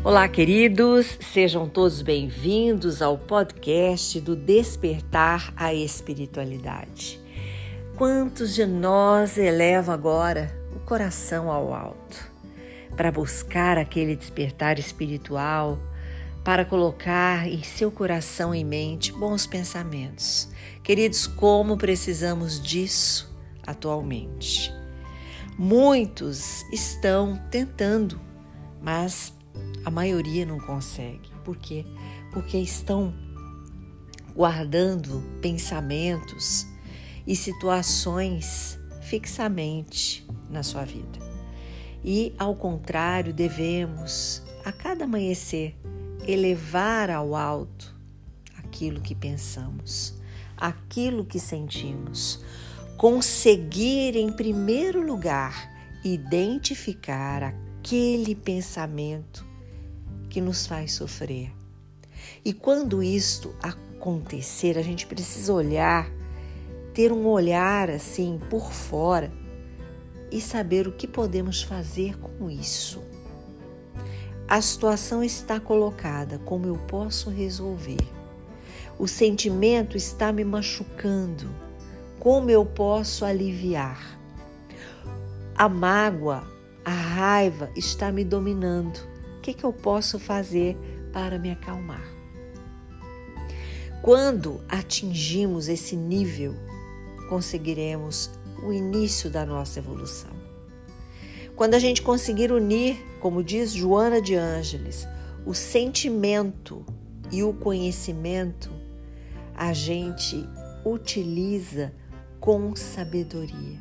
Olá, queridos, sejam todos bem-vindos ao podcast do Despertar à Espiritualidade. Quantos de nós elevam agora o coração ao alto para buscar aquele despertar espiritual, para colocar em seu coração e mente bons pensamentos? Queridos, como precisamos disso atualmente? Muitos estão tentando, mas a maioria não consegue. Por quê? Porque estão guardando pensamentos e situações fixamente na sua vida. E, ao contrário, devemos, a cada amanhecer, elevar ao alto aquilo que pensamos, aquilo que sentimos, conseguir, em primeiro lugar, identificar aquele pensamento que nos faz sofrer. E quando isto acontecer, a gente precisa ter um olhar assim por fora e saber o que podemos fazer com isso. A situação está colocada, como eu posso resolver? O sentimento está me machucando, como eu posso aliviar? A mágoa, a raiva está me dominando. O que eu posso fazer para me acalmar? Quando atingimos esse nível, conseguiremos o início da nossa evolução. Quando a gente conseguir unir, como diz Joana de Ângeles, o sentimento e o conhecimento, a gente utiliza com sabedoria.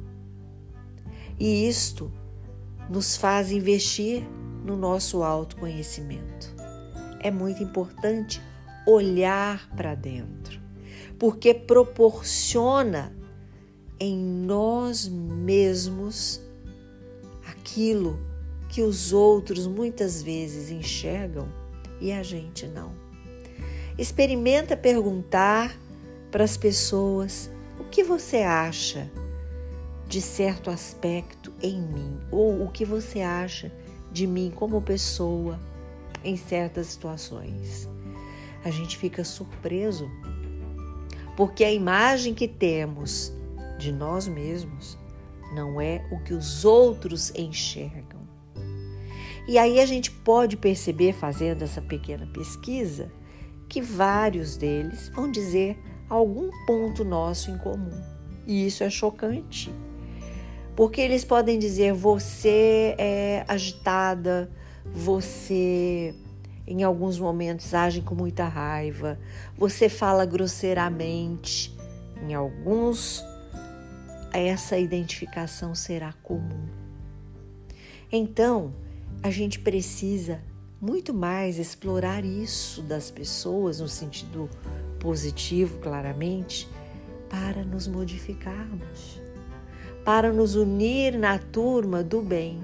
E isto nos faz investir no nosso autoconhecimento. É muito importante olhar para dentro, porque proporciona em nós mesmos aquilo que os outros muitas vezes enxergam e a gente não. Experimenta perguntar para as pessoas: o que você acha de certo aspecto em mim? Ou o que você acha de mim como pessoa em certas situações? A gente fica surpreso, porque a imagem que temos de nós mesmos não é o que os outros enxergam. E aí a gente pode perceber, fazendo essa pequena pesquisa, que vários deles vão dizer algum ponto nosso em comum. E isso é chocante. Porque eles podem dizer: você é agitada, você em alguns momentos age com muita raiva, você fala grosseiramente. Em alguns, essa identificação será comum. Então, a gente precisa muito mais explorar isso das pessoas, no sentido positivo, claramente, para nos modificarmos, para nos unir na turma do bem,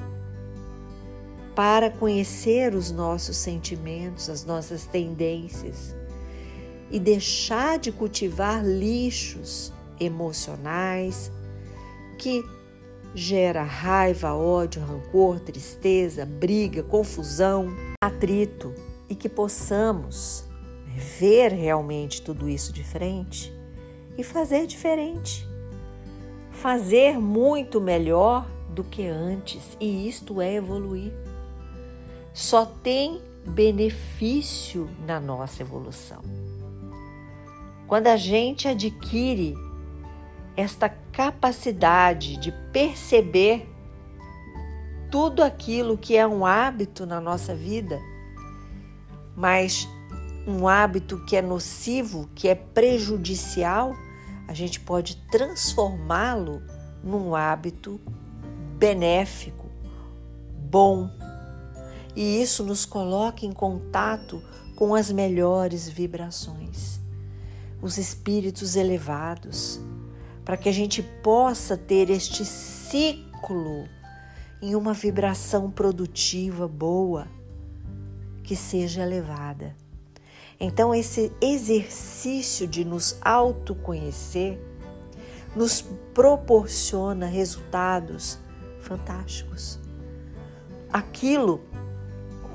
para conhecer os nossos sentimentos, as nossas tendências e deixar de cultivar lixos emocionais que gera raiva, ódio, rancor, tristeza, briga, confusão, atrito, e que possamos ver realmente tudo isso de frente e fazer diferente. Fazer muito melhor do que antes, e isto é evoluir. Só tem benefício na nossa evolução. Quando a gente adquire esta capacidade de perceber tudo aquilo que é um hábito na nossa vida, mas um hábito que é nocivo, que é prejudicial, a gente pode transformá-lo num hábito benéfico, bom. E isso nos coloca em contato com as melhores vibrações, os espíritos elevados, para que a gente possa ter este ciclo em uma vibração produtiva, boa, que seja elevada. Então, esse exercício de nos autoconhecer nos proporciona resultados fantásticos. Aquilo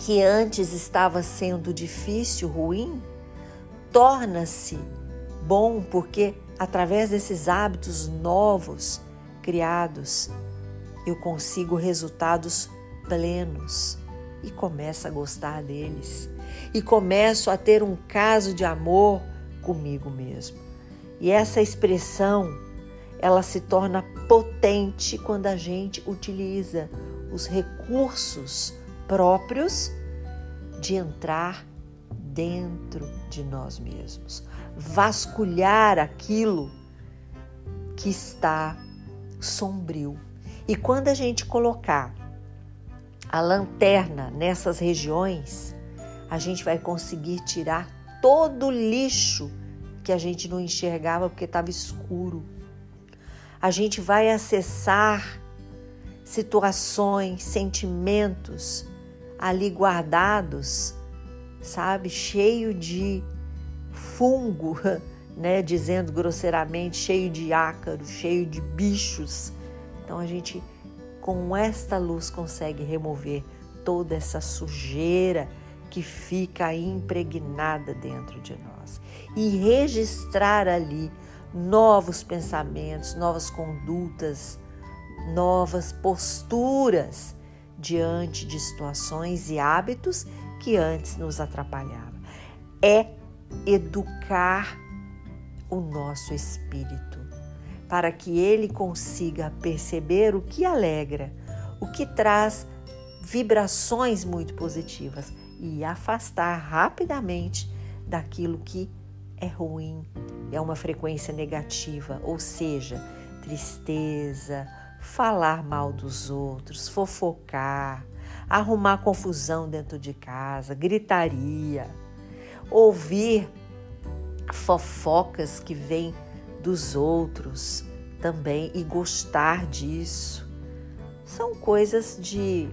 que antes estava sendo difícil, ruim, torna-se bom, porque através desses hábitos novos criados, eu consigo resultados plenos e começo a gostar deles. E começo a ter um caso de amor comigo mesmo. E essa expressão, ela se torna potente quando a gente utiliza os recursos próprios de entrar dentro de nós mesmos, vasculhar aquilo que está sombrio. E quando a gente colocar a lanterna nessas regiões, a gente vai conseguir tirar todo o lixo que a gente não enxergava porque estava escuro. A gente vai acessar situações, sentimentos ali guardados, sabe, cheio de fungo, né, dizendo grosseiramente, cheio de ácaros, cheio de bichos. Então a gente, com esta luz, consegue remover toda essa sujeira que fica impregnada dentro de nós e registrar ali novos pensamentos, novas condutas, novas posturas diante de situações e hábitos que antes nos atrapalhavam. É educar o nosso espírito para que ele consiga perceber o que alegra, o que traz vibrações muito positivas e afastar rapidamente daquilo que é ruim, é uma frequência negativa, ou seja, tristeza, falar mal dos outros, fofocar, arrumar confusão dentro de casa, gritaria, ouvir fofocas que vêm dos outros também e gostar disso. São coisas de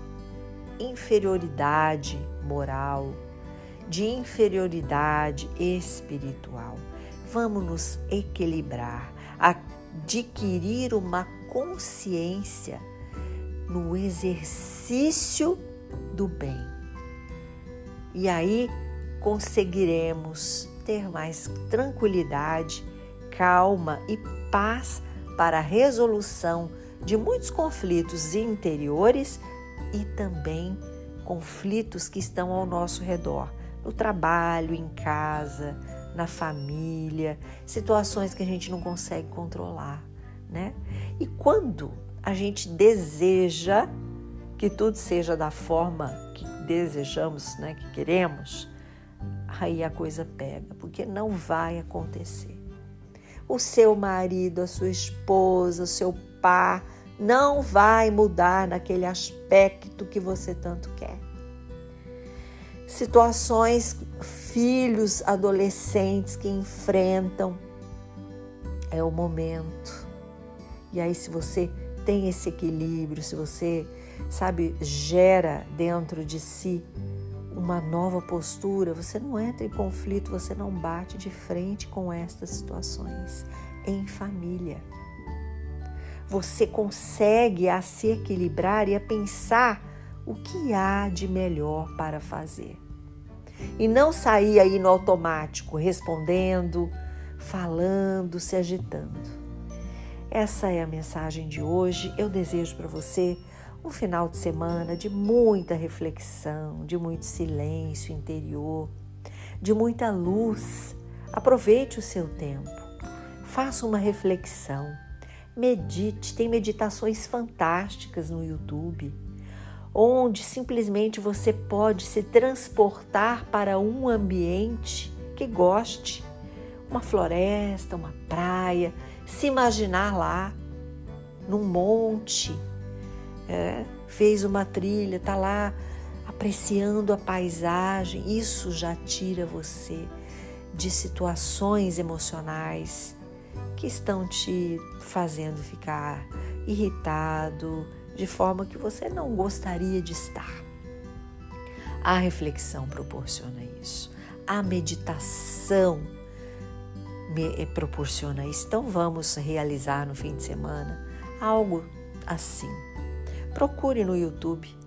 inferioridade moral, de inferioridade espiritual. Vamos nos equilibrar, adquirir uma consciência no exercício do bem. E aí conseguiremos ter mais tranquilidade, calma e paz para a resolução de muitos conflitos interiores e também conflitos que estão ao nosso redor, no trabalho, em casa, na família, situações que a gente não consegue controlar, né? E quando a gente deseja que tudo seja da forma que desejamos, né, que queremos, aí a coisa pega, porque não vai acontecer. O seu marido, a sua esposa, o seu par não vai mudar naquele aspecto que você tanto quer. Situações, filhos, adolescentes que enfrentam, é o momento. E aí, se você tem esse equilíbrio, se você, sabe, gera dentro de si uma nova postura, você não entra em conflito, você não bate de frente com estas situações em família. Você consegue a se equilibrar e a pensar o que há de melhor para fazer. E não sair aí no automático, respondendo, falando, se agitando. Essa é a mensagem de hoje. Eu desejo para você um final de semana de muita reflexão, de muito silêncio interior, de muita luz. Aproveite o seu tempo, faça uma reflexão, medite. Tem meditações fantásticas no YouTube, onde simplesmente você pode se transportar para um ambiente que goste, uma floresta, uma praia, se imaginar lá, num monte, fez uma trilha, está lá apreciando a paisagem. Isso já tira você de situações emocionais que estão te fazendo ficar irritado, de forma que você não gostaria de estar. A reflexão proporciona isso. A meditação proporciona isso. Então vamos realizar no fim de semana algo assim. Procure no YouTube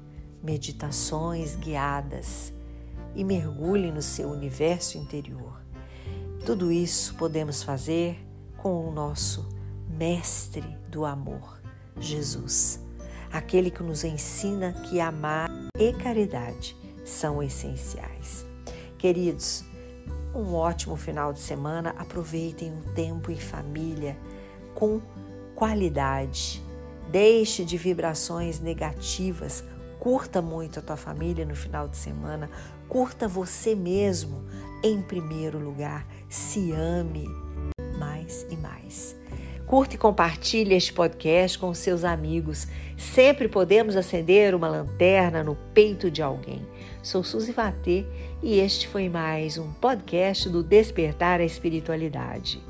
meditações guiadas e mergulhe no seu universo interior. Tudo isso podemos fazer com o nosso Mestre do Amor, Jesus, aquele que nos ensina que amar e caridade são essenciais. Queridos, um ótimo final de semana. Aproveitem o tempo em família com qualidade. Deixe de vibrações negativas. Curta muito a tua família no final de semana. Curta você mesmo em primeiro lugar. Se ame mais e mais. Curta e compartilhe este podcast com seus amigos. Sempre podemos acender uma lanterna no peito de alguém. Sou Suzy Vatê e este foi mais um podcast do Despertar a Espiritualidade.